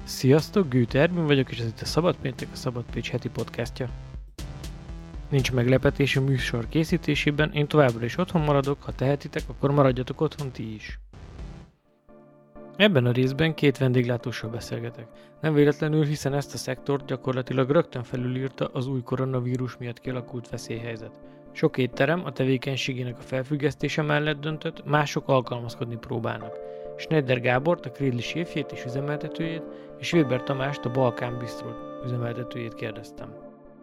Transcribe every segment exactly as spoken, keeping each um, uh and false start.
Sziasztok, Gőte Ervin vagyok, és ez itt a Szabad Péntek, a Szabad Pécs heti podcastja. Nincs meglepetés a műsor készítésében, én továbbra is otthon maradok, ha tehetitek, akkor maradjatok otthon ti is. Ebben a részben két vendéglátóssal beszélgetek. Nem véletlenül, hiszen ezt a szektort gyakorlatilag rögtön felülírta az új koronavírus miatt kialakult veszélyhelyzet. Sok étterem a tevékenységének a felfüggesztése mellett döntött, mások alkalmazkodni próbálnak. Schneider Gábort, a Krédli séfjét és üzemeltetőjét, és Weber Tamást, a Balkán Bistro üzemeltetőjét kérdeztem.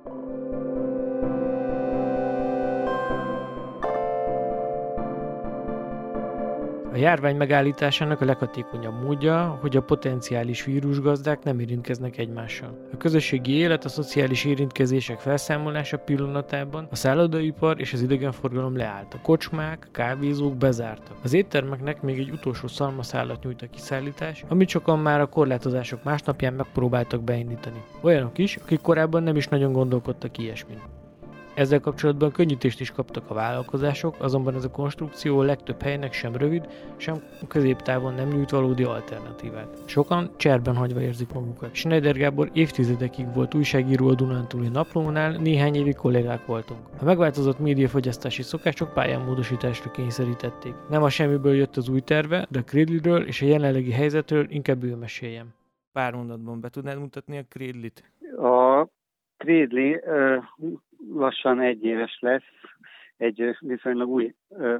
A járvány megállításának a leghatékonyabb módja, hogy a potenciális vírusgazdák nem érintkeznek egymással. A közösségi élet, a szociális érintkezések felszámolása pillanatában a szállodaipar és az idegenforgalom leállt. A kocsmák, kávézók bezártak. Az éttermeknek még egy utolsó szalmaszállat nyújt a kiszállítás, amit sokan már a korlátozások másnapján megpróbáltak beindítani. Olyanok is, akik korábban nem is nagyon gondolkodtak ilyesmin. Ezzel kapcsolatban könnyítést is kaptak a vállalkozások, azonban ez a konstrukció a legtöbb helynek sem rövid, sem középtávon nem nyújt valódi alternatívát. Sokan cserben hagyva érzik magukat. Schneider Gábor évtizedekig volt újságíró a Dunántúli Naplónál, néhány évig kollégák voltunk. A megváltozott médiafogyasztási szokások pályánmódosításra kényszerítették. Nem a semmiből jött az új terve, de a Krédliről és a jelenlegi helyzetről inkább ő meséljem. Pár mondatban be tudnád mutatni a Krédlit? A Krédli uh, lassan egy éves lesz, egy viszonylag új uh,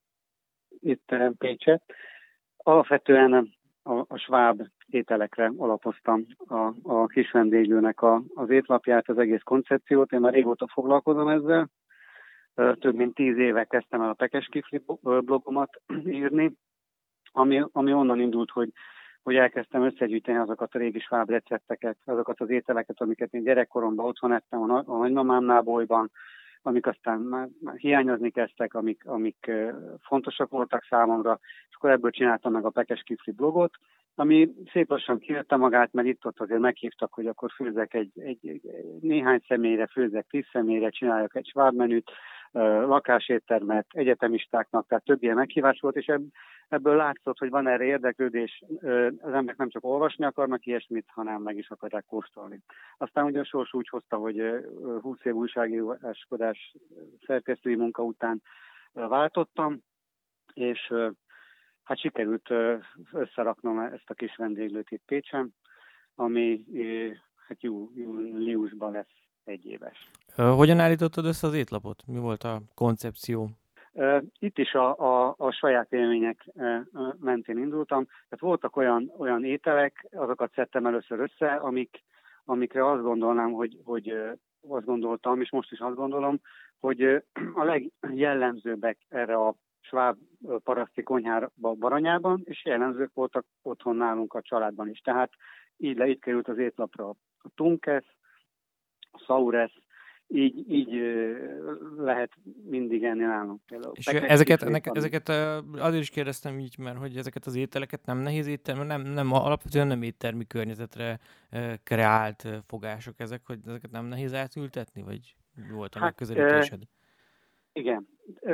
étterem Pécset. Alapvetően a, a sváb ételekre alapoztam a, a kis vendéglőnek a, az étlapját, az egész koncepciót. Én már régóta foglalkozom ezzel. Uh, több mint tíz éve kezdtem el a Pekes Kifli blogomat írni, ami, ami onnan indult, hogy hogy elkezdtem összegyűjteni azokat a régi sváb recepteket, azokat az ételeket, amiket én gyerekkoromban otthon ettem a, a nagymamámnál bolyban, amik aztán már, már hiányozni kezdtek, amik, amik fontosak voltak számomra, és akkor ebből csináltam meg a Pekes Kifli blogot, ami szép lassan kijött magát, mert itt-ott azért meghívtak, hogy akkor főzzek egy, egy, egy néhány személyre, főzzek tíz személyre, csináljak egy sváb menüt, lakáséttermet egyetemistáknak, tehát több ilyen meghívás volt, és ebből látszott, hogy van erre érdeklődés, az emberek nem csak olvasni akarnak ilyesmit, hanem meg is akarják kóstolni. Aztán ugye a sors úgy hozta, hogy húsz év újságíráskodás szerkesztői munka után váltottam, és hát sikerült összeraknom ezt a kis vendéglőt itt Pécsen, ami hát jú, júliusban lesz egy éves. Hogyan állítottad össze az étlapot? Mi volt a koncepció? Itt is a, a, a saját élmények mentén indultam. Tehát voltak olyan, olyan ételek, azokat szedtem először össze, amik, amikre azt gondolnám, hogy, hogy azt gondoltam, és most is azt gondolom, hogy a legjellemzőbbek erre a sváb paraszti konyhába Baranyában, és jellemzők voltak otthon nálunk a családban is. Tehát így le, így került az étlapra a tunkesz, a szauresz, így, így lehet mindig enni nálunk. És ezeket, ennek, ezeket azért is kérdeztem így, mert hogy ezeket az ételeket nem nehéz éttermi, nem, nem, alapvetően nem éttermi környezetre kreált fogások ezek, hogy ezeket nem nehéz átültetni, vagy volt a hát, megközelítésed? E, igen,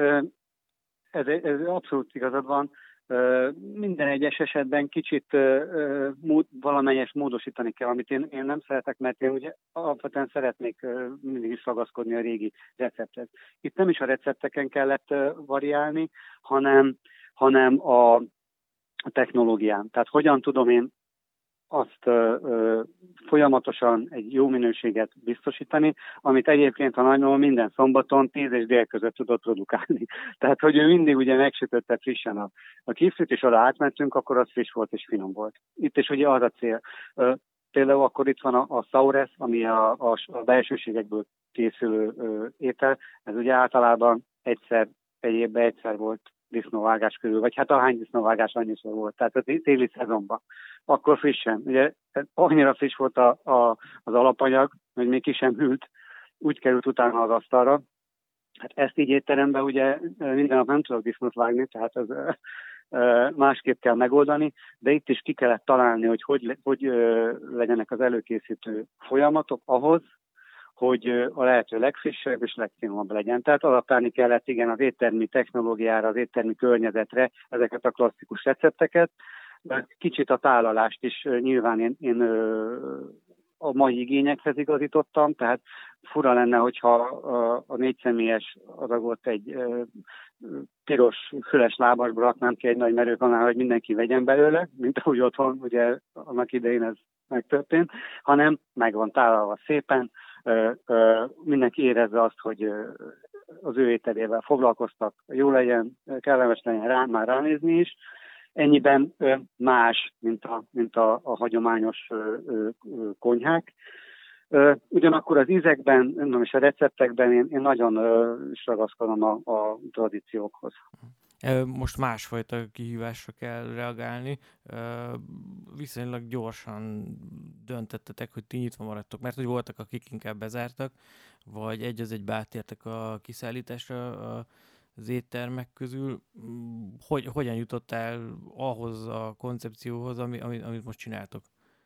ez, ez abszolút igazad van. Minden egyes esetben kicsit mód, valamelyes módosítani kell, amit én, én nem szeretek, mert én ugye alapvetően szeretnék mindig is ragaszkodni a régi recepthez. Itt nem is a recepteken kellett variálni, hanem, hanem a technológián. Tehát hogyan tudom én azt ö, ö, folyamatosan egy jó minőséget biztosítani, amit egyébként a nagymama minden szombaton tíz és dél között tudott produkálni. Tehát, hogy ő mindig ugye megsütötte frissen a, a kiflit, és oda átmentünk, akkor az friss volt és finom volt. Itt is ugye az a cél. Ö, például akkor itt van a, a szauresz, ami a, a, a belsőségekből készülő ö, étel. Ez ugye általában egyszer, egy évben egyszer volt disznóvágás körül, vagy hát ahány disznóvágás annyiszor volt, tehát a téli szezonban. Akkor frissen. Ugye annyira friss volt a, a, az alapanyag, hogy még ki sem hűlt, úgy került utána az asztalra. Hát ezt így étteremben ugye minden nap nem tudok disznót vágni, tehát ez másképp kell megoldani, de itt is ki kellett találni, hogy hogy, hogy legyenek az előkészítő folyamatok ahhoz, hogy a lehető legfrissebb és legfinomabb legyen. Tehát adaptálni kellett igen az éttermi technológiára, az éttermi környezetre ezeket a klasszikus recepteket, Kicsit a tálalást is nyilván én, én a mai igényekhez igazítottam, tehát fura lenne, hogyha a, a négy személyes adagot egy piros, füles lábasba raknám ki egy nagy merőkanál, hogy mindenki vegyen belőle, mint ahogy otthon, ugye annak idején ez megtörtént, hanem meg van tálalva szépen, mindenki érezze azt, hogy az ő ételével foglalkoztak, jó legyen, kellemes legyen rá, már ránézni is. Ennyiben más, mint a, mint a, a hagyományos konyhák. Ugyanakkor az ízekben, nem is a receptekben én, én nagyon is ragaszkodom a, a tradíciókhoz. Most másfajta kihívásra kell reagálni. Viszonylag gyorsan döntettetek, hogy ti nyitva maradtok, mert hogy voltak, akik inkább bezártak, vagy egy az egybe átértek a kiszállításra az éttermek közül. Hogy, hogyan jutottál ahhoz a koncepcióhoz, ami, amit most csináltok?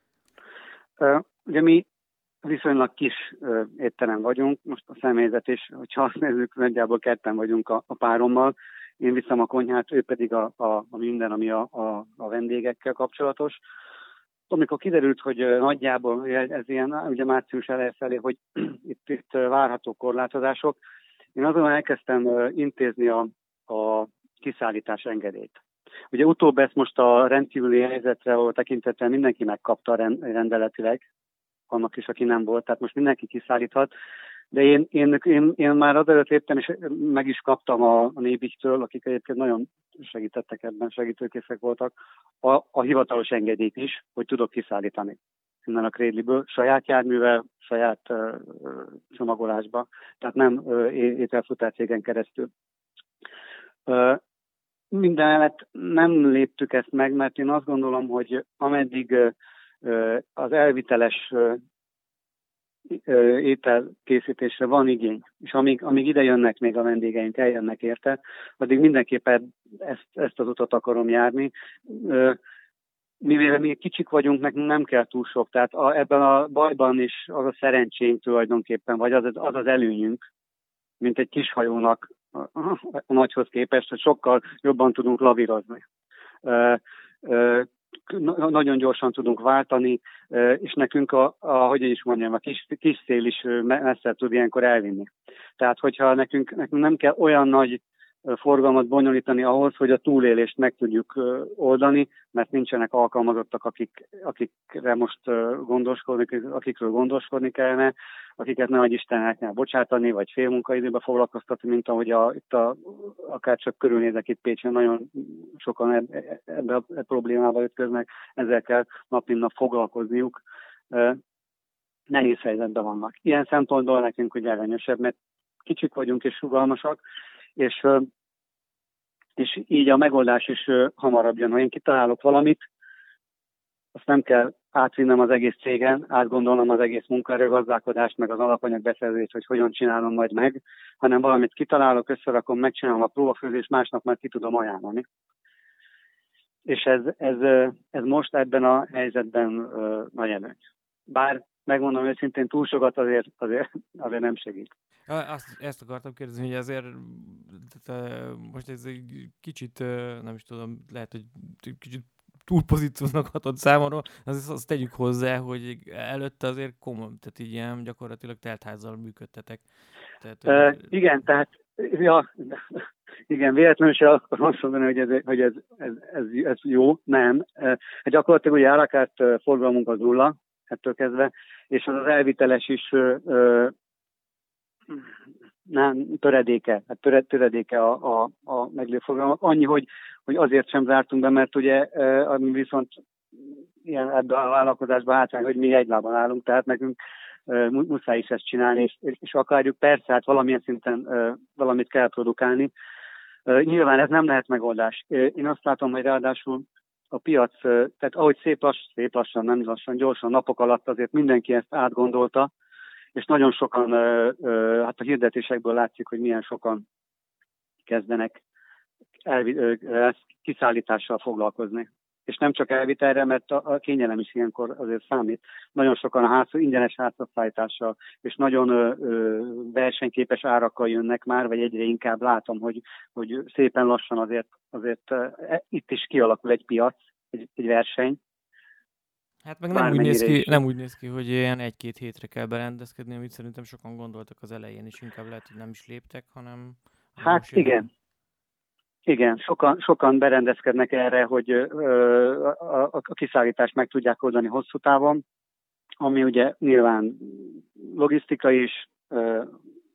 Ugye mi viszonylag kis étterem vagyunk, most a személyzet is, hogyha azt nézzük, nagyjából ketten vagyunk a, a párommal. Én viszem a konyhát, ő pedig a, a, a minden, ami a, a, a vendégekkel kapcsolatos. Amikor kiderült, hogy nagyjából ez ilyen, ugye március eleje felé, hogy itt, itt várható korlátozások, én azon elkezdtem intézni a, a kiszállítás engedélyt. Ugye utóbb ezt most a rendkívüli helyzetre, ahol tekintettel mindenki megkapta rendeletileg, annak is, aki nem volt, tehát most mindenki kiszállíthat. De én, én, én, én már azelőtt léptem, és meg is kaptam a, a Nébigtől, akik egyébként nagyon segítettek ebben, segítőkészek voltak, a, a hivatalos engedélyt is, hogy tudok kiszállítani innen a Krédliből, saját járművel, saját uh, csomagolásba, tehát nem uh, ételfutárcégen keresztül. Uh, minden mellett nem léptük ezt meg, mert én azt gondolom, hogy ameddig uh, az elviteles uh, ételkészítésre van igény, és amíg, amíg ide jönnek még a vendégeink, eljönnek érte, addig mindenképpen ezt, ezt az utat akarom járni. Mivel még kicsik vagyunk, nekünk nem kell túl sok, tehát a, ebben a bajban is az a szerencsénk tulajdonképpen, vagy az az, az előnyünk, mint egy kis hajónak a, a nagyhoz képest, hogy sokkal jobban tudunk lavírozni. Nagyon gyorsan tudunk váltani, és nekünk, a, a, hogy is mondjam, a kis, kis szél is messze tud ilyenkor elvinni. Tehát, hogyha nekünk, nekünk nem kell olyan nagy forgalmat bonyolítani ahhoz, hogy a túlélést meg tudjuk oldani, mert nincsenek alkalmazottak, akik, akikre most gondoskodni, akikről gondoskodni kellene, akiket ne adj Isten el kell bocsátani, vagy fél munkaidőbe foglalkoztatni, mint ahogy a, itt a, akár csak körülnézek itt Pécsen, nagyon sokan ebbe, ebbe a problémába ütköznek, ezzel kell nap mint nap foglalkozniuk. Nehéz helyzetben vannak. Ilyen szempontból nekünk ugye előnyösebb, mert kicsik vagyunk és rugalmasak, és, és így a megoldás is hamarabb jön. Ha én kitalálok valamit, azt nem kell átvinnem az egész cégen, átgondolnom az egész munkaerőgazdálkodást, meg az alapanyag beszerzést, hogy hogyan csinálom majd meg, hanem valamit kitalálok, összerakom, megcsinálom a próbafőzést, másnap már ki tudom ajánlani. És ez, ez, ez most ebben a helyzetben uh, nagy előny. Bár megmondom őszintén, túl sokat azért, azért, azért nem segít. Azt, ezt akartam kérdezni, hogy azért tehát, most ez egy kicsit, nem is tudom, lehet, hogy kicsit túl pozíciónak hatott számomra, azt, azt tegyük hozzá, hogy előtte azért komoly, tehát így ilyen gyakorlatilag teltházzal működtetek. Tehát, uh, hogy... Igen, tehát ja, igen, véletlenül sem akarom azt mondani, hogy ez, hogy ez, ez, ez, ez jó, nem. Uh, gyakorlatilag ugye árakárt uh, forgalmunk az nulla, ettől kezdve, és az az elviteles is uh, uh, nem, töredéke, hát töre, töredéke a, a, a meglévő forgalmak. Annyi, hogy, hogy azért sem zártunk be, mert ugye ami viszont ilyen ebben a vállalkozásban hátrány, hogy mi egy lábon állunk, tehát nekünk muszáj is ezt csinálni, és, és akarjuk, persze, hát valamilyen szinten valamit kell produkálni. Nyilván ez nem lehet megoldás. Én azt látom, hogy ráadásul a piac, tehát ahogy szép lassan, szép lassan, nem lassan, gyorsan, napok alatt azért mindenki ezt átgondolta, és nagyon sokan, hát a hirdetésekből látszik, hogy milyen sokan kezdenek elvi, kiszállítással foglalkozni. És nem csak elvitelre, mert a kényelem is ilyenkor azért számít. Nagyon sokan a ház, ingyenes háztartással, és nagyon versenyképes árakkal jönnek már, vagy egyre inkább látom, hogy, hogy szépen lassan azért, azért itt is kialakul egy piac, egy, egy verseny. Hát meg nem úgy, néz ki, nem úgy néz ki, hogy ilyen egy-két hétre kell berendezkedni, amit szerintem sokan gondoltak az elején, és inkább lehet, hogy nem is léptek, hanem... Hát igen. Igen, sokan, sokan berendezkednek erre, hogy ö, a, a, a kiszállítást meg tudják oldani hosszú távon, ami ugye nyilván logisztika is, ö,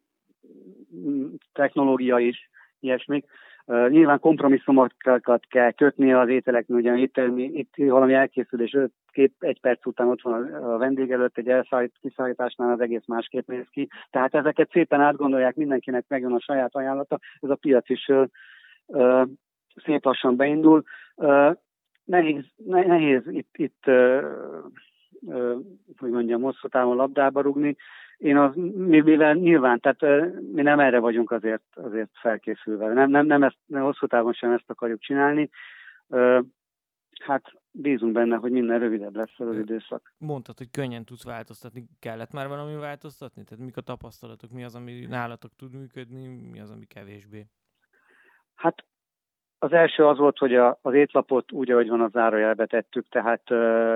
technológia is, ilyesmik. Uh, nyilván kompromisszumokat kell kötni az ételeknél, ugye itt, itt valami elkészülés, két, egy perc után ott van a, a vendég előtt, egy elszállít, kiszállításnál az egész másképp néz ki. Tehát ezeket szépen átgondolják, mindenkinek megjön a saját ajánlata, ez a piac is uh, uh, szép lassan beindul. Uh, nehéz, nehéz itt, itt uh, uh, hogy mondjam, hosszú távon labdába rugni. Én az, mivel nyilván, tehát mi nem erre vagyunk azért, azért felkészülve. Nem, nem, nem, ezt, nem hosszú távon sem ezt akarjuk csinálni. Hát bízunk benne, hogy minden rövidebb lesz az időszak. Mondtad, hogy könnyen tudsz változtatni. Kellett már valami változtatni? Tehát mik a tapasztalatok? Mi az, ami nálatok tud működni? Mi az, ami kevésbé? Hát az első az volt, hogy a, az étlapot úgy, ahogy van, a zárójelbe tettük, tehát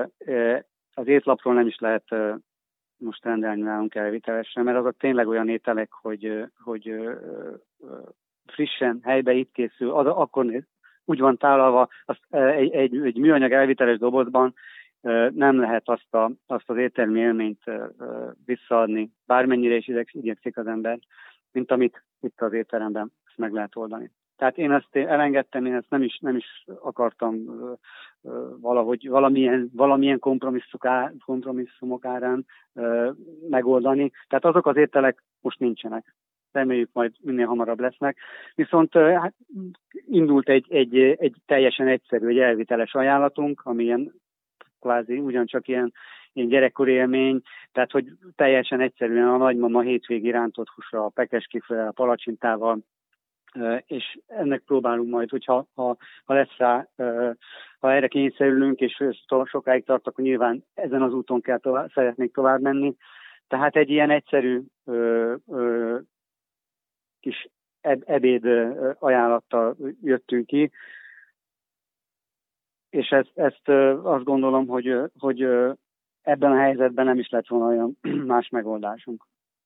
az étlapról nem is lehet most rendelni nálunk elvitelesre, mert azok tényleg olyan ételek, hogy, hogy frissen, helybe itt készül, az, akkor úgy van tálalva, azt, egy, egy, egy műanyag elviteles dobozban nem lehet azt, a, azt az ételmi élményt visszaadni, bármennyire is igyekszik az ember, mint amit itt az étteremben ezt meg lehet oldani. Tehát én ezt elengedtem, én ezt nem is, nem is akartam uh, uh, valahogy valamilyen, valamilyen kompromisszumok, á, kompromisszumok árán uh, megoldani. Tehát azok az ételek most nincsenek. Reméljük majd minél hamarabb lesznek. Viszont uh, hát, indult egy, egy, egy teljesen egyszerű, egy elviteles ajánlatunk, ami ilyen kvázi ugyancsak ilyen, ilyen gyerekkori élmény, tehát hogy teljesen egyszerűen a nagymama hétvégi rántott húsra, a pekeskiflel, a palacsintával, és ennek próbálunk majd, hogyha ha, ha lesz rá, ha erre kényszerülünk, és sokáig tart, akkor nyilván ezen az úton kell tovább, szeretnék tovább menni. Tehát egy ilyen egyszerű ö, ö, kis ebéd ajánlattal jöttünk ki, és ezt, ezt azt gondolom, hogy, hogy ebben a helyzetben nem is lett volna olyan más megoldásunk.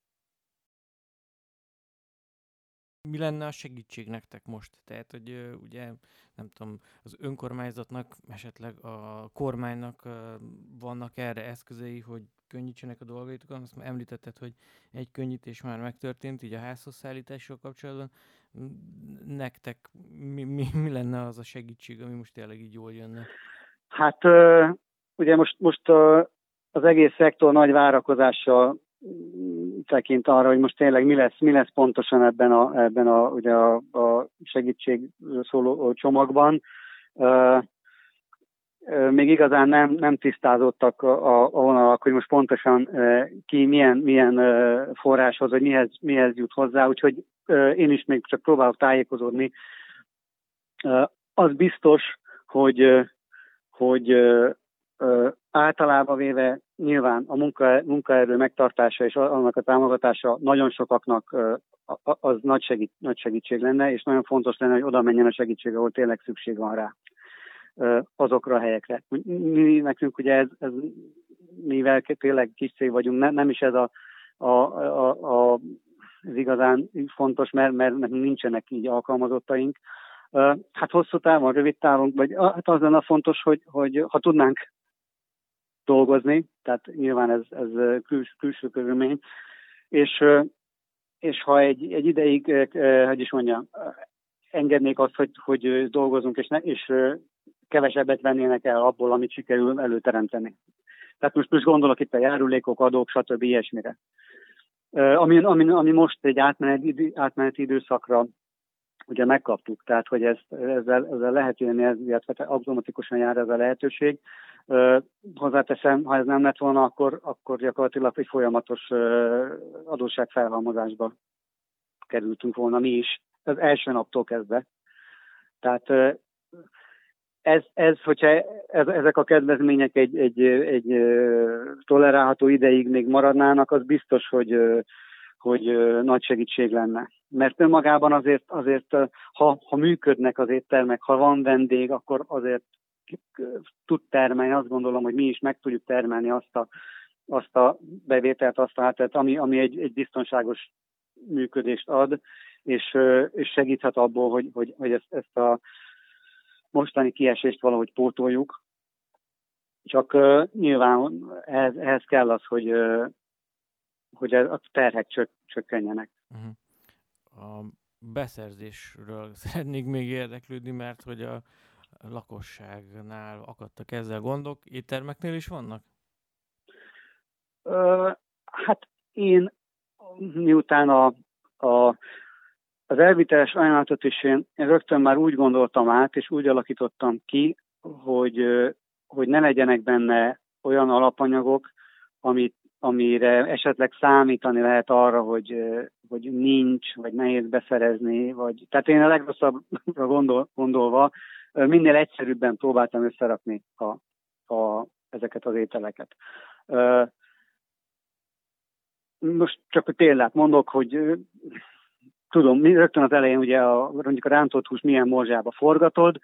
Mi lenne a segítség nektek most? Tehát, hogy ugye, nem tudom, az önkormányzatnak, esetleg a kormánynak vannak erre eszközei, hogy könnyítsenek a dolgaitokon. Azt már említetted, hogy egy könnyítés már megtörtént, így a házhoz szállítással kapcsolatban. Nektek mi, mi, mi lenne az a segítség, ami most tényleg így jól jönne? Hát ugye most, most az egész szektor nagy várakozással tekint arra, hogy most tényleg mi lesz, mi lesz pontosan ebben a, ebben a, ugye a, a segítség szóló csomagban. Uh, uh, még igazán nem, nem tisztázottak a, a vonalak, hogy most pontosan uh, ki milyen, milyen uh, forráshoz, vagy mihez, mihez jut hozzá, úgyhogy uh, én is még csak próbálok tájékozódni. Uh, az biztos, hogy, uh, hogy uh, uh, általában véve nyilván a munka, munkaerő megtartása és annak a támogatása nagyon sokaknak az nagy, segít, nagy segítség lenne, és nagyon fontos lenne, hogy oda menjen a segítség, ahol tényleg szükség van rá azokra a helyekre. Mi, nekünk ugye ez, ez mivel tényleg kis cég vagyunk, ne, nem is ez a, a, a, a, az igazán fontos, mert, mert nincsenek így alkalmazottaink. Hát hosszú távon, rövid távon, vagy hát az lenne fontos, hogy, hogy ha tudnánk dolgozni, tehát nyilván ez, ez küls, külső körülmény, és, és ha egy, egy ideig, hogy is mondjam, engednék azt, hogy, hogy dolgozunk, és, ne, és kevesebbet vennének el abból, amit sikerül előteremteni. Tehát most, most gondolok itt a járulékok, adók, stb. Ilyesmire. Ami, ami, ami most egy átmeneti, átmeneti időszakra ugye megkaptuk, tehát hogy ezt, ezzel, ezzel lehet jönni, illetve automatikusan jár ez a lehetőség. Uh, hozzáteszem, ha ez nem lett volna, akkor, akkor gyakorlatilag egy folyamatos uh, adósságfelhalmozásba kerültünk volna mi is, az első naptól kezdve. Tehát uh, ez, ez, hogyha ez, ezek a kedvezmények egy, egy, egy uh, tolerálható ideig még maradnának, az biztos, hogy, uh, hogy uh, nagy segítség lenne. Mert önmagában azért, azért uh, ha, ha működnek az éttermek, ha van vendég, akkor azért tud termelni, azt gondolom, hogy mi is meg tudjuk termelni azt a, azt a bevételt, azt a hátteret, ami, ami egy, egy biztonságos működést ad, és, és segíthet abból, hogy, hogy, hogy ezt, ezt a mostani kiesést valahogy pótoljuk. Csak uh, nyilván ehhez, ehhez kell az, hogy, uh, hogy a terhek csök, csökkenjenek. Uh-huh. A beszerzésről szeretnék még érdeklődni, mert hogy a lakosságnál akadtak ezzel gondok. Éttermeknél is vannak? Uh, hát én miután a, a, az elviteles ajánlatot is én, én rögtön már úgy gondoltam át, és úgy alakítottam ki, hogy, hogy ne legyenek benne olyan alapanyagok, amit, amire esetleg számítani lehet arra, hogy, hogy nincs, vagy nehéz beszerezni, vagy... Tehát én a legrosszabbra gondol, gondolva minél egyszerűbben próbáltam összerakni a, a, ezeket az ételeket. Most csak egy példát mondok, hogy tudom, rögtön az elején ugye a, mondjuk a rántott hús milyen morzsába forgatod.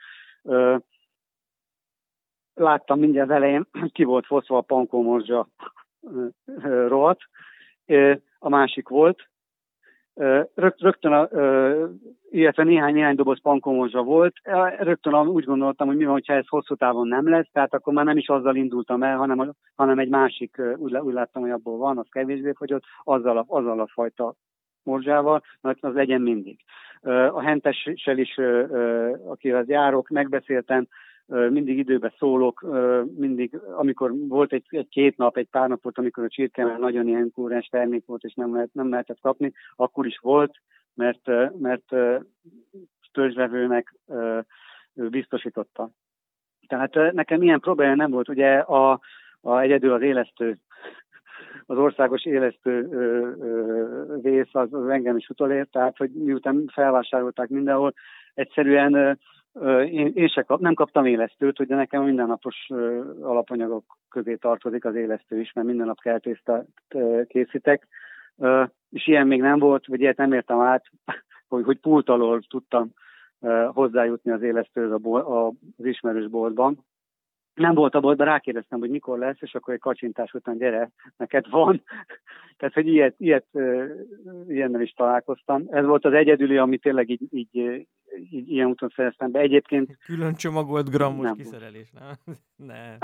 Láttam mindjárt az elején, ki volt foszva a pankómorzsa rohadt. A másik volt. Rögtön, a, illetve néhány, néhány doboz pankómorzsa volt. Rögtön úgy gondoltam, hogy mi van, hogyha ez hosszú távon nem lesz, tehát akkor már nem is azzal indultam el, hanem, hanem egy másik, úgy, úgy láttam, hogy abból van, az kevésbé fogyott, azzal a, azzal a fajta morzsával, mert az legyen mindig. A hentessel is, akivel járok, megbeszéltem, mindig időbe szólok, mindig, amikor volt egy, egy két nap, egy pár nap volt, amikor a csirke nagyon ilyen kúrens termék volt, és nem, lehet, nem lehetett kapni, akkor is volt, mert, mert törzsvevőnek biztosította. Tehát nekem ilyen probléma nem volt. Ugye a, a egyedül az élesztő, az országos élesztő vész az, az engem is utolért, tehát hogy miután felvásárolták mindenhol, egyszerűen Én, én se kap, nem kaptam élesztőt, ugye nekem mindennapos alapanyagok közé tartozik az élesztő is, mert minden nap kell tésztát készítek, és ilyen még nem volt, vagy ilyet nem értem át, hogy, hogy pult alól tudtam hozzájutni az élesztőhöz a bol, a, az ismerős boltban. Nem volt a boltban, rákérdeztem, hogy mikor lesz, és akkor egy kacsintás után gyere, neked van. Tehát, hogy ilyet, ilyet, ilyennel is találkoztam. Ez volt az egyedüli, ami tényleg így, így, így ilyen úton szereztem be. Egyébként... Külön csomagolt grammos nem kiszerelés, nem? Ne,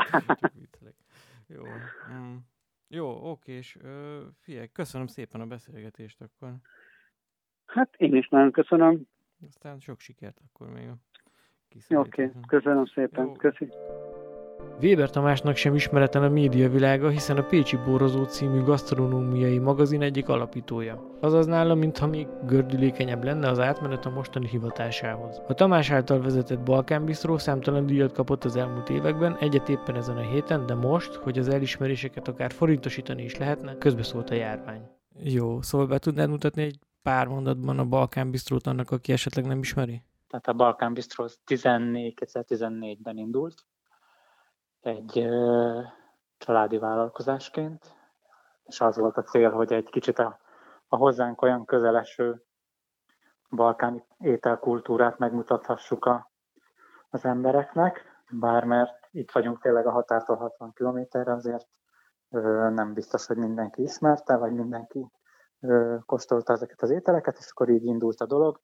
Jó. Mm. Jó, oké, és figyelj, köszönöm szépen a beszélgetést akkor. Hát én is nagyon köszönöm. Aztán sok sikert akkor még a kiszerelésben. Oké, köszönöm szépen. Jó. Köszi. Weber Tamásnak sem ismeretlen a médiavilága, hiszen a Pécsi Bórozó című gasztronómiai magazin egyik alapítója. Azaz nála, mintha még gördülékenyebb lenne az átmenet a mostani hivatásához. A Tamás által vezetett Balkán Bistró számtalan díjat kapott az elmúlt években, egyet éppen ezen a héten, de most, hogy az elismeréseket akár forintosítani is lehetne, közbeszólt a járvány. Jó, szóval be tudnád mutatni egy pár mondatban a Balkán Bistrót annak, aki esetleg nem ismeri? Tehát a Balkán Bistró kétezer-tizennégyben indult. Egy ö, családi vállalkozásként, és az volt a cél, hogy egy kicsit a, a hozzánk olyan közeleső balkáni ételkultúrát megmutathassuk a, az embereknek, bár mert itt vagyunk tényleg a határtól hatvan kilométerre, azért ö, nem biztos, hogy mindenki ismerte, vagy mindenki ö, kóstolta ezeket az ételeket, és akkor így indult a dolog.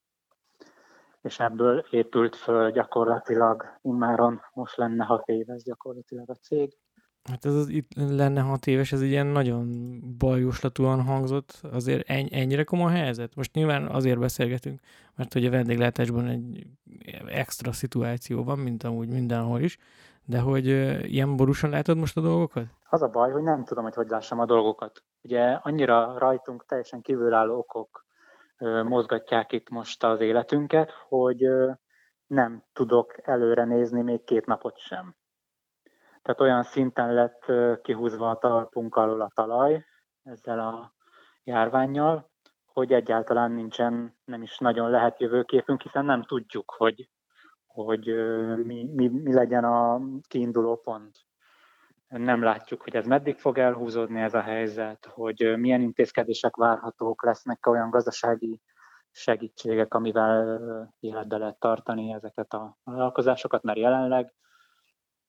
És ebből épült föl gyakorlatilag, immáron most lenne hat éves gyakorlatilag a cég. Hát ez az itt lenne hat éves, ez egy ilyen nagyon bajjóslatúan hangzott, azért enny- ennyire komoly helyzet? Most nyilván azért beszélgetünk, mert hogy a vendéglátásban egy extra szituáció van, mint amúgy mindenhol is, de hogy ilyen borúsan látod most a dolgokat? Az a baj, hogy nem tudom, hogy hogy lássam a dolgokat. Ugye annyira rajtunk teljesen kívülálló okok mozgatják itt most az életünket, hogy nem tudok előre nézni még két napot sem. Tehát olyan szinten lett kihúzva a talpunk alól a talaj ezzel a járvánnyal, hogy egyáltalán nincsen, nem is nagyon lehet jövőképünk, hiszen nem tudjuk, hogy, hogy mi, mi, mi legyen a kiinduló pont. Nem látjuk, hogy ez meddig fog elhúzódni ez a helyzet, hogy milyen intézkedések várhatók, lesznek olyan gazdasági segítségek, amivel életbe lehet tartani ezeket a vállalkozásokat, mert jelenleg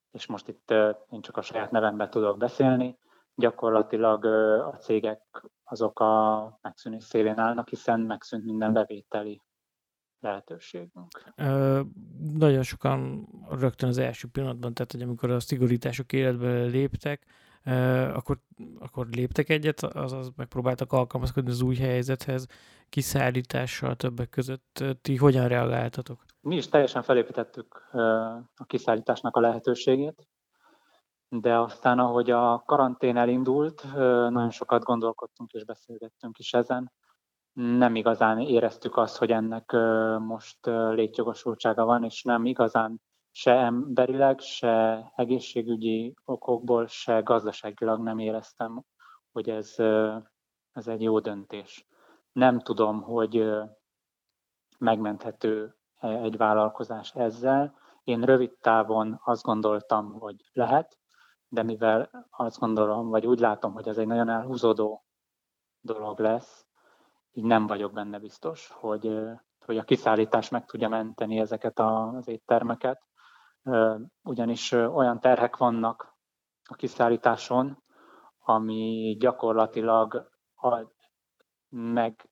és most itt én csak a saját nevemben tudok beszélni, gyakorlatilag a cégek azok a megszűnés szélén állnak, hiszen megszűnt minden bevételi lehetőségünk. Ö, nagyon sokan rögtön az első pillanatban, tehát hogy amikor a szigorítások életbe léptek, ö, akkor, akkor léptek egyet, azaz megpróbáltak alkalmazkodni az új helyzethez, kiszállítással többek között. Ti hogyan reagáltatok? Mi is teljesen felépítettük a kiszállításnak a lehetőségét, de aztán, ahogy a karantén elindult, nagyon sokat gondolkodtunk és beszélgettünk is ezen. Nem igazán éreztük azt, hogy ennek most létjogosultsága van, és nem igazán se emberileg, se egészségügyi okokból, se gazdaságilag nem éreztem, hogy ez, ez egy jó döntés. Nem tudom, hogy megmenthető egy vállalkozás ezzel. Én rövid távon azt gondoltam, hogy lehet, de mivel azt gondolom, vagy úgy látom, hogy ez egy nagyon elhúzódó dolog lesz, így nem vagyok benne biztos, hogy, hogy a kiszállítás meg tudja menteni ezeket az éttermeket. Ugyanis olyan terhek vannak a kiszállításon, ami gyakorlatilag meg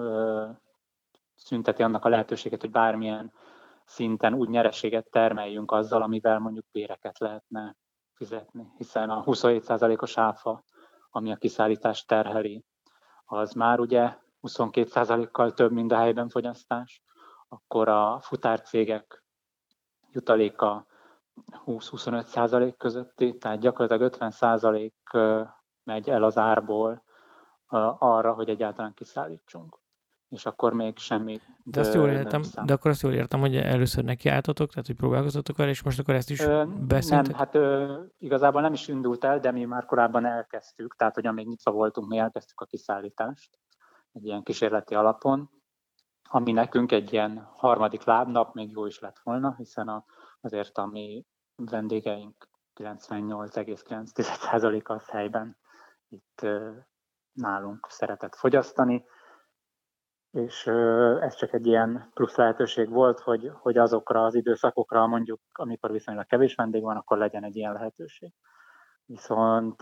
szünteti annak a lehetőséget, hogy bármilyen szinten úgy nyereséget termeljünk azzal, amivel mondjuk béreket lehetne fizetni. Hiszen a huszonhét százalékos áfa, ami a kiszállítást terheli, az már ugye huszonkét százalékkal több, mint a helyben fogyasztás. Akkor a futárcégek jutaléka húsz-huszonöt százalék közötti, tehát gyakorlatilag ötven százalék megy el az árból arra, hogy egyáltalán kiszállítsunk. És akkor még semmit. De azt jól értem, de akkor azt jól értem, hogy először nekiálltatok, tehát hogy próbálkoztatok vele, és most akkor ezt is beszéltek? Nem, hát ö, igazából nem is indult el, de mi már korábban elkezdtük, tehát hogy amíg nyitva voltunk, mi elkezdtük a kiszállítást egy ilyen kísérleti alapon, ami nekünk egy ilyen harmadik lábnap még jó is lett volna, hiszen a, azért a mi vendégeink kilencvennyolc egész kilenc százaléka az helyben itt ö, nálunk szeretett fogyasztani, és ez csak egy ilyen plusz lehetőség volt, hogy, hogy azokra az időszakokra mondjuk, amikor viszonylag kevés vendég van, akkor legyen egy ilyen lehetőség. Viszont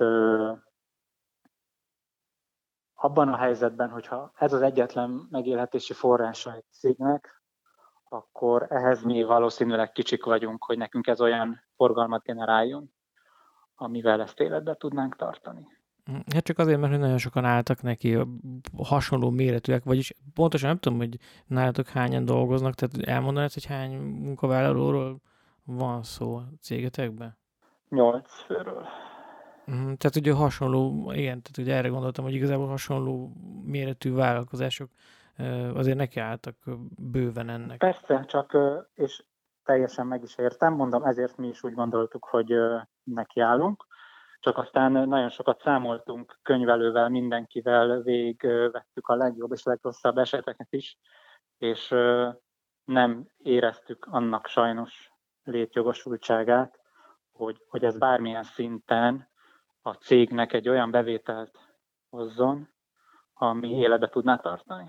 abban a helyzetben, hogyha ez az egyetlen megélhetési forrása egy cégnek, akkor ehhez mi valószínűleg kicsik vagyunk, hogy nekünk ez olyan forgalmat generáljon, amivel ezt életbe tudnánk tartani. Hát csak azért, mert nagyon sokan álltak neki, hasonló méretűek, vagyis pontosan nem tudom, hogy nálatok hányan dolgoznak, tehát elmondanád, hogy hány munkavállalóról van szó a cégetekben? Nyolc főről. Tehát ugye hasonló, igen, tehát ugye erre gondoltam, hogy igazából hasonló méretű vállalkozások azért nekiálltak bőven ennek. Persze, csak és teljesen meg is értem, mondom, ezért mi is úgy gondoltuk, hogy nekiállunk. Csak aztán nagyon sokat számoltunk könyvelővel, mindenkivel, végigvettük a legjobb és legrosszabb eseteket is, és nem éreztük annak sajnos létjogosultságát, hogy, hogy ez bármilyen szinten a cégnek egy olyan bevételt hozzon, ami életbe tudná tartani.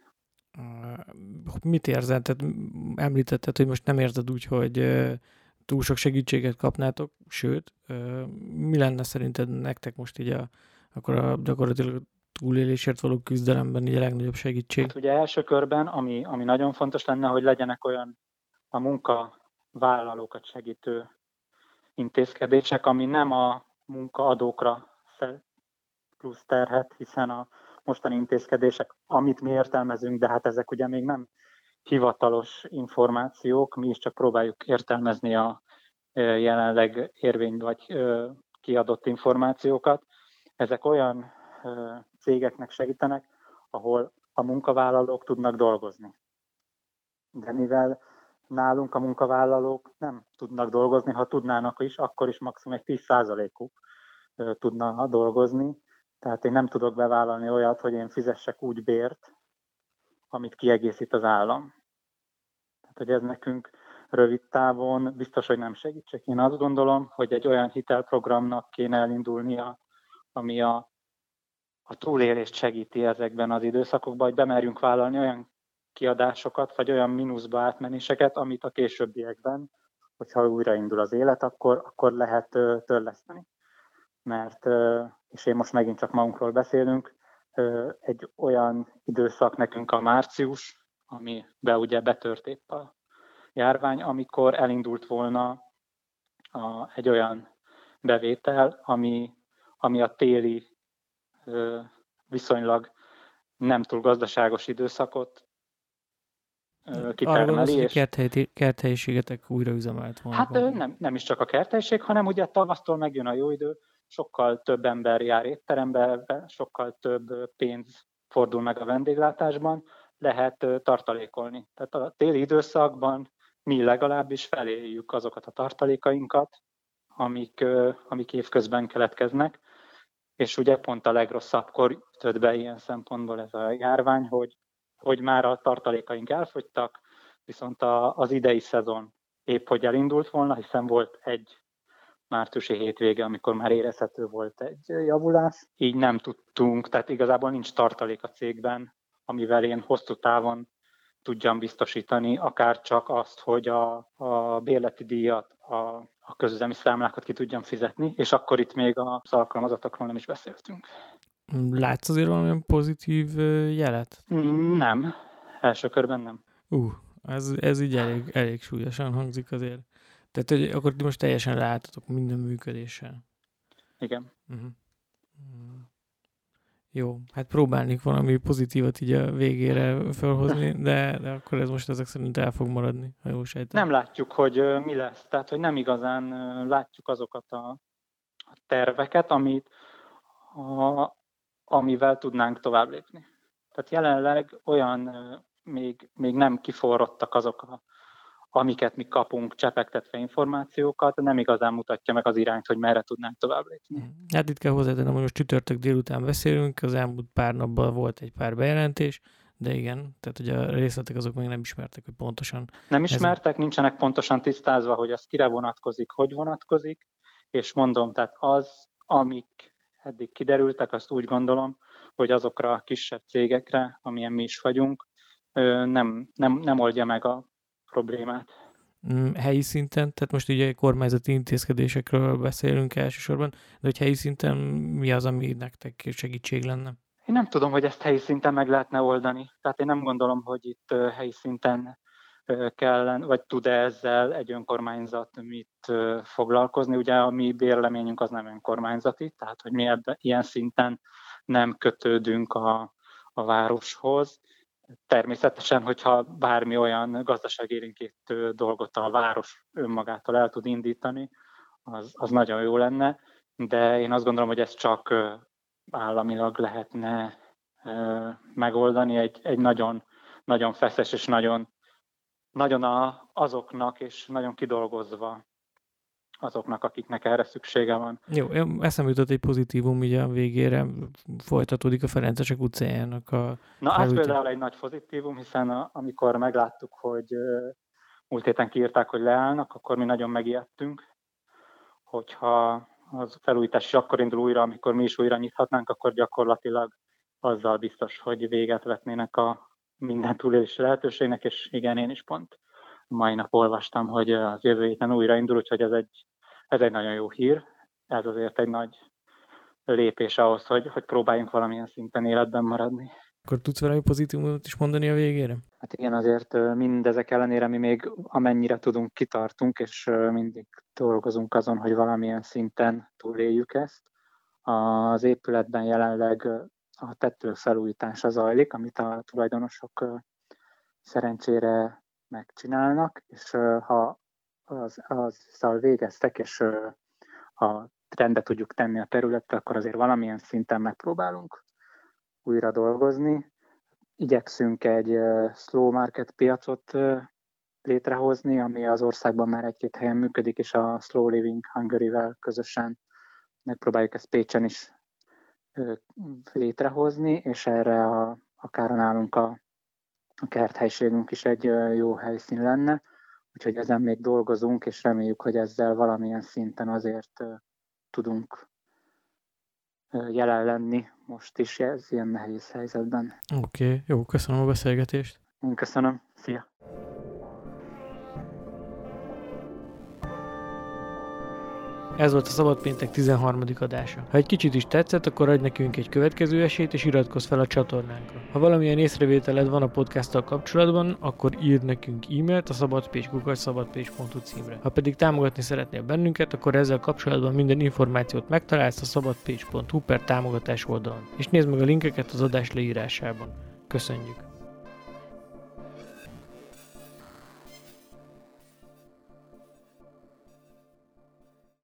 Mit érzel? Tehát említetted, hogy most nem érzed úgy, hogy túl sok segítséget kapnátok, sőt, mi lenne szerinted nektek most így a, akkor a gyakorlatilag túlélésért való küzdelemben így a legnagyobb segítség? Hát ugye első körben, ami, ami nagyon fontos lenne, hogy legyenek olyan a munkavállalókat segítő intézkedések, ami nem a munkaadókra szel plusz terhet, hiszen a mostani intézkedések, amit mi értelmezünk, de hát ezek ugye még nem hivatalos információk, mi is csak próbáljuk értelmezni a jelenleg érvény vagy kiadott információkat. Ezek olyan cégeknek segítenek, ahol a munkavállalók tudnak dolgozni. De mivel nálunk a munkavállalók nem tudnak dolgozni, ha tudnának is, akkor is maximum egy tíz százalékuk tudna dolgozni. Tehát én nem tudok bevállalni olyat, hogy én fizessek úgy bért, amit kiegészít az állam. Tehát, hogy ez nekünk rövid távon biztos, hogy nem segítsek. Én azt gondolom, hogy egy olyan hitelprogramnak kéne elindulnia, ami a, a túlélést segíti ezekben az időszakokban, hogy bemerjünk vállalni olyan kiadásokat, vagy olyan mínuszba átmenéseket, amit a későbbiekben, hogyha újraindul az élet, akkor, akkor lehet törleszteni. Mert, és én most megint csak magunkról beszélünk, egy olyan időszak nekünk a március, amiben ugye betört épp a járvány, amikor elindult volna a, egy olyan bevétel, ami, ami a téli viszonylag nem túl gazdaságos időszakot kitermeli. Arra és... a kerthelyiségetek újra üzemelt volna. Hát nem, nem is csak a kerthelyiség, hanem ugye tavasztól megjön a jó idő, sokkal több ember jár étterembe, sokkal több pénz fordul meg a vendéglátásban, lehet tartalékolni. Tehát a téli időszakban mi legalábbis feléljük azokat a tartalékainkat, amik, amik évközben keletkeznek, és ugye pont a legrosszabbkor ütött be ilyen szempontból ez a járvány, hogy, hogy már a tartalékaink elfogytak, viszont a, az idei szezon épp hogy elindult volna, hiszen volt egy márciusi hétvége, amikor már érezhető volt egy javulás. Így nem tudtunk, tehát igazából nincs tartalék a cégben, amivel én hosszú távon tudjam biztosítani, akár csak azt, hogy a, a bérleti díjat, a, a közüzemi számlákat ki tudjam fizetni, és akkor itt még az alkalmazottakról nem is beszéltünk. Látsz azért valamilyen pozitív jelet? Nem, első körben nem. Uh, ez, ez így elég, elég súlyosan hangzik azért. Tehát, hogy akkor most teljesen leálltatok minden működéssel. Igen. Uh-huh. Uh-huh. Jó, hát próbálnék valami pozitívat így a végére felhozni, de, de akkor ez most ezek szerint el fog maradni, ha jól sejtem. Nem látjuk, hogy mi lesz. Tehát, hogy nem igazán látjuk azokat a, a terveket, amit, a, amivel tudnánk tovább lépni. Tehát jelenleg olyan még, még nem kiforrottak azok a amiket mi kapunk csepegtetve információkat, nem igazán mutatja meg az irányt, hogy merre tudnánk tovább lépni. Hát itt kell hozzátennem, hogy most csütörtök délután beszélünk, az elmúlt pár napban volt egy pár bejelentés, de igen, tehát hogy a részletek azok még nem ismertek, hogy pontosan. Nem ismertek, ez... nincsenek pontosan tisztázva, hogy az kire vonatkozik, hogy vonatkozik, és mondom, tehát az, amik eddig kiderültek, azt úgy gondolom, hogy azokra a kisebb cégekre, amilyen mi is vagyunk, nem, nem, nem oldja meg a problémát. Helyi szinten, tehát most ugye kormányzati intézkedésekről beszélünk elsősorban, de hogy helyi szinten mi az, ami nektek segítség lenne? Én nem tudom, hogy ezt helyi szinten meg lehetne oldani. Tehát én nem gondolom, hogy itt helyi szinten kell, vagy tud ezzel egy önkormányzat mit foglalkozni. Ugye a mi bérleményünk az nem önkormányzati, tehát hogy mi ebben ilyen szinten nem kötődünk a, a városhoz. Természetesen, hogyha bármi olyan gazdaságélénkítő dolgot a város önmagától el tud indítani, az, az nagyon jó lenne, de én azt gondolom, hogy ezt csak államilag lehetne megoldani egy, egy nagyon, nagyon feszes és nagyon, nagyon a, azoknak és nagyon kidolgozva azoknak, akiknek erre szüksége van. Jó, eszembe jutott egy pozitívum, ugye a végére folytatódik a Ferencesek utcájának a... Na, az például egy nagy pozitívum, hiszen a, amikor megláttuk, hogy uh, múlt héten kiírták, hogy leállnak, akkor mi nagyon megijedtünk, hogyha az felújítás is akkor indul újra, amikor mi is újra nyithatnánk, akkor gyakorlatilag azzal biztos, hogy véget vetnének a minden túlélési lehetőségnek, és igen, én is pont mai nap olvastam, hogy az jövő héten újra indul, úgyhogy ez egy, ez egy nagyon jó hír. Ez azért egy nagy lépés ahhoz, hogy, hogy próbáljunk valamilyen szinten életben maradni. Akkor tudsz valami pozitívumot is mondani a végére? Hát igen, azért mindezek ellenére mi még amennyire tudunk, kitartunk, és mindig dolgozunk azon, hogy valamilyen szinten túléljük ezt. Az épületben jelenleg a tető felújítása zajlik, amit a tulajdonosok szerencsére megcsinálnak, és ha az, azzal végeztek, és ha rendbe tudjuk tenni a területet, akkor azért valamilyen szinten megpróbálunk újra dolgozni. Igyekszünk egy slow market piacot létrehozni, ami az országban már egy-két helyen működik, és a Slow Living Hungary-vel közösen megpróbáljuk ezt Pécsen is létrehozni, és erre a, akár nálunk a, a kerthelyiségünk is egy jó helyszín lenne. Úgyhogy ezen még dolgozunk, és reméljük, hogy ezzel valamilyen szinten azért tudunk jelen lenni most is ez ilyen nehéz helyzetben. Oké, okay, jó, köszönöm a beszélgetést. Én köszönöm. Szia! Ez volt a Szabad Péntek tizenharmadik adása. Ha egy kicsit is tetszett, akkor adj nekünk egy következő esélyt, és iratkozz fel a csatornánkra. Ha valamilyen észrevételed van a podcasttal kapcsolatban, akkor írd nekünk e-mailt a szabadpécs kukac szabadpécs pont hu címre. Ha pedig támogatni szeretnél bennünket, akkor ezzel kapcsolatban minden információt megtalálsz a szabadpécs pont hu per támogatás oldalon. És nézd meg a linkeket az adás leírásában. Köszönjük!